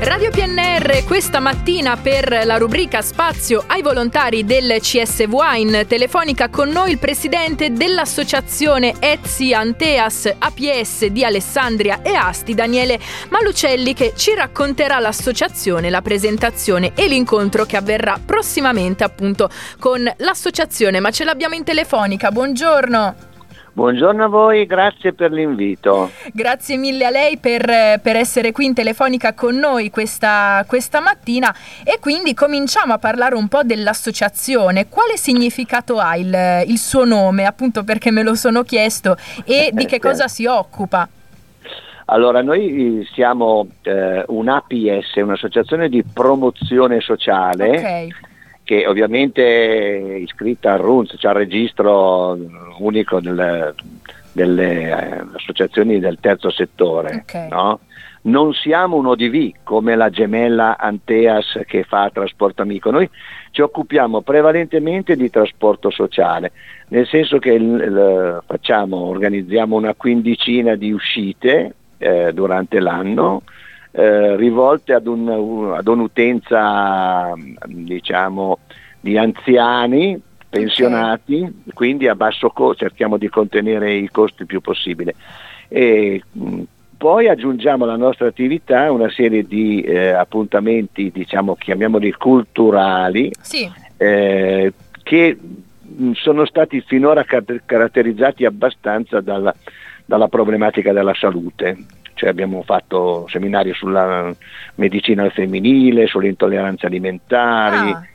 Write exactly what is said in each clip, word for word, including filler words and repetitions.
Radio P N R questa mattina per la rubrica Spazio ai volontari del C S V A in telefonica con noi il presidente dell'associazione E T S I Anteas A P S di Alessandria e Asti, Daniele Malucelli, che ci racconterà l'associazione, la presentazione e l'incontro che avverrà prossimamente appunto con l'associazione. Ma ce l'abbiamo in telefonica, buongiorno. Buongiorno a voi, grazie per l'invito. Grazie mille a lei per, per essere qui in telefonica con noi questa, questa mattina, e quindi cominciamo a parlare un po' dell'associazione. Quale significato ha il, il suo nome, appunto perché me lo sono chiesto, e di che cosa si occupa? Allora, noi siamo eh, un A P S, un'associazione di promozione sociale. Ok. Che ovviamente è iscritta al R U N Z, cioè al registro unico del, delle eh, associazioni del terzo settore. Okay. No? Non siamo un O D V come la gemella Anteas che fa trasporto amico, noi ci occupiamo prevalentemente di trasporto sociale, nel senso che il, il, facciamo, organizziamo una quindicina di uscite eh, durante l'anno, Eh, rivolte ad, un, ad un'utenza diciamo di anziani pensionati, okay. Quindi a basso costo, cerchiamo di contenere i costi il più possibile, e mh, poi aggiungiamo alla nostra attività una serie di eh, appuntamenti, diciamo, chiamiamoli culturali, sì. eh, che mh, sono stati finora car- caratterizzati abbastanza dalla, dalla problematica della salute. Cioè abbiamo fatto seminari sulla medicina al femminile, sulle intolleranze alimentari, ah.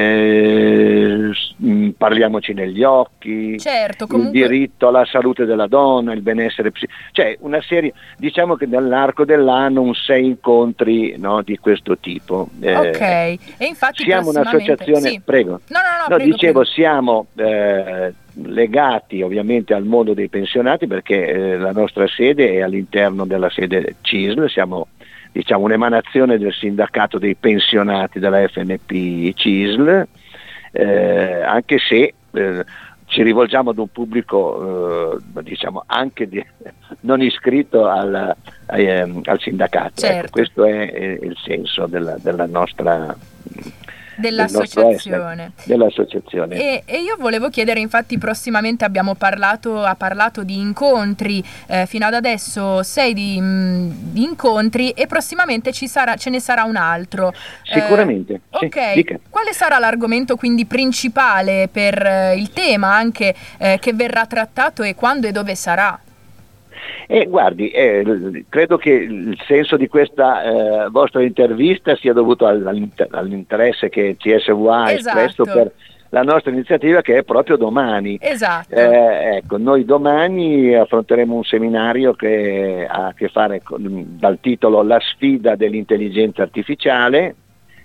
eh, parliamoci negli occhi, certo, comunque... il diritto alla salute della donna, il benessere psicologico, cioè una serie, diciamo che nell'arco dell'anno un sei incontri, no, di questo tipo. Eh, ok, e infatti siamo un'associazione, sì. prego, no, no, no, no prego, dicevo prego. siamo eh, legati ovviamente al mondo dei pensionati, perché eh, la nostra sede è all'interno della sede C I S L, siamo diciamo un'emanazione del sindacato dei pensionati della F N P C I S L, eh, anche se eh, ci rivolgiamo ad un pubblico eh, diciamo anche di, non iscritto al, eh, al sindacato. Certo. Ecco, questo è, è il senso della, della nostra dell'associazione. Del dell'associazione. E, e io volevo chiedere, infatti prossimamente abbiamo parlato, ha parlato di incontri, eh, fino ad adesso sei di, mh, di incontri, e prossimamente ci sarà, ce ne sarà un altro. Sicuramente. Eh, sì, ok, dica. Quale sarà l'argomento quindi principale per eh, il tema anche eh, che verrà trattato, e quando e dove sarà? Eh, guardi, eh, credo che il senso di questa eh, vostra intervista sia dovuto all'interesse che C S V A ha esatto. espresso per la nostra iniziativa, che è proprio domani. Esatto. Eh, ecco, noi domani affronteremo un seminario che ha a che fare con, dal titolo La sfida dell'intelligenza artificiale,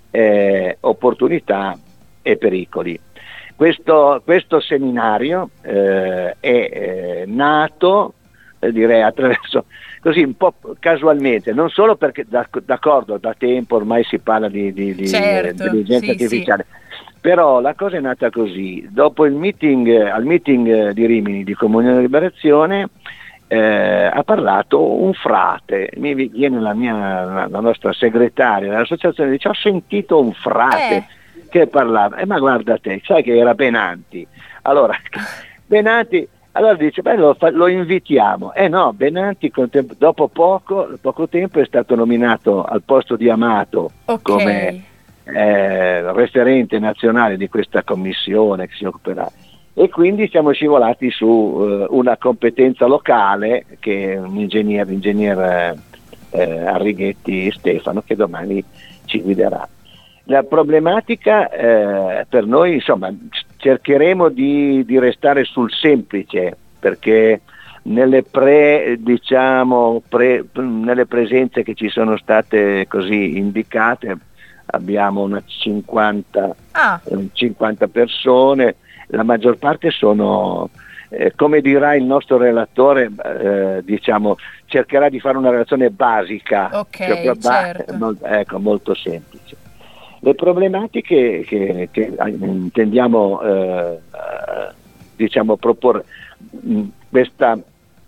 eh, opportunità e pericoli. Questo, questo seminario eh, è eh, nato, direi attraverso, così un po' casualmente, non solo perché d'accordo, da tempo ormai si parla di, di, di certo, intelligenza sì, artificiale, sì. Però la cosa è nata così: dopo il meeting, al meeting di Rimini di Comunione e Liberazione, eh, ha parlato un frate, mi viene la mia la nostra segretaria dell'associazione, dice: ho sentito un frate eh. che parlava, eh, ma guarda te, sai che era Benanti. Allora Benanti Allora dice, beh, lo, fa, lo invitiamo. Eh no, Benanti dopo poco, poco tempo è stato nominato al posto di Amato, okay, come eh, referente nazionale di questa commissione che si occuperà. E quindi siamo scivolati su uh, una competenza locale, che è un ingegnere, ingegner eh, Arrighetti Stefano, che domani ci guiderà. La problematica eh, per noi, insomma, cercheremo di, di restare sul semplice, perché nelle pre, diciamo, pre, nelle presenze che ci sono state così indicate abbiamo una cinquanta, ah. cinquanta persone, la maggior parte sono, eh, come dirà il nostro relatore, eh, diciamo, cercherà di fare una relazione basica, okay, cioè, certo. ba- ecco, molto semplice. Le problematiche che, che intendiamo eh, diciamo proporre, questa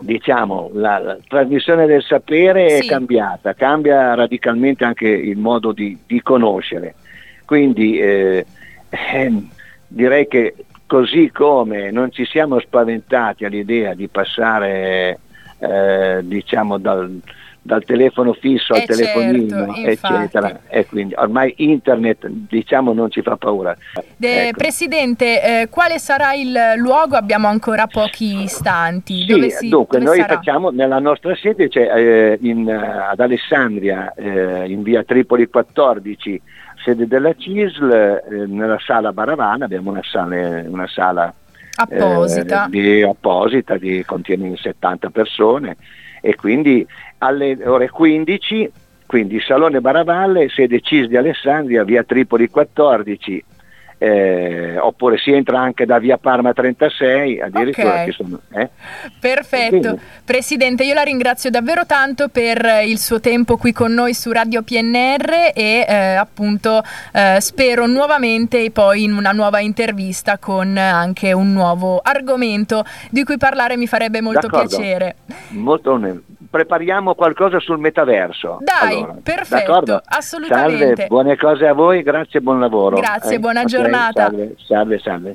diciamo, la, la trasmissione del sapere sì. è cambiata, cambia radicalmente anche il modo di, di conoscere. Quindi eh, eh, direi che così come non ci siamo spaventati all'idea di passare eh, diciamo dal, dal telefono fisso al eh telefonino, certo, eccetera, e quindi ormai internet diciamo non ci fa paura. De, ecco. Presidente, eh, quale sarà il luogo? Abbiamo ancora pochi istanti. Sì, dove si, dunque dove noi sarà? facciamo nella nostra sede, cioè, eh, in, ad Alessandria, eh, in via Tripoli quattordici, sede della C I S L, eh, nella sala Baravana, abbiamo una sala, una sala apposita, eh, di, apposita di, contiene settanta persone, e quindi alle ore quindici, quindi Salone Baravalle, sede C I S di Alessandria, via Tripoli quattordici, eh, oppure si entra anche da via Parma trentasei, addirittura. Okay. Che sono, eh? Perfetto. Quindi, Presidente, io la ringrazio davvero tanto per il suo tempo qui con noi su Radio P N R e eh, appunto eh, spero nuovamente poi in una nuova intervista con anche un nuovo argomento di cui parlare, mi farebbe molto d'accordo. piacere. Molto, prepariamo qualcosa sul metaverso. Dai, allora, perfetto, d'accordo? assolutamente. Salve, buone cose a voi, grazie e buon lavoro. Grazie, eh? buona Okay, giornata. salve, salve, salve.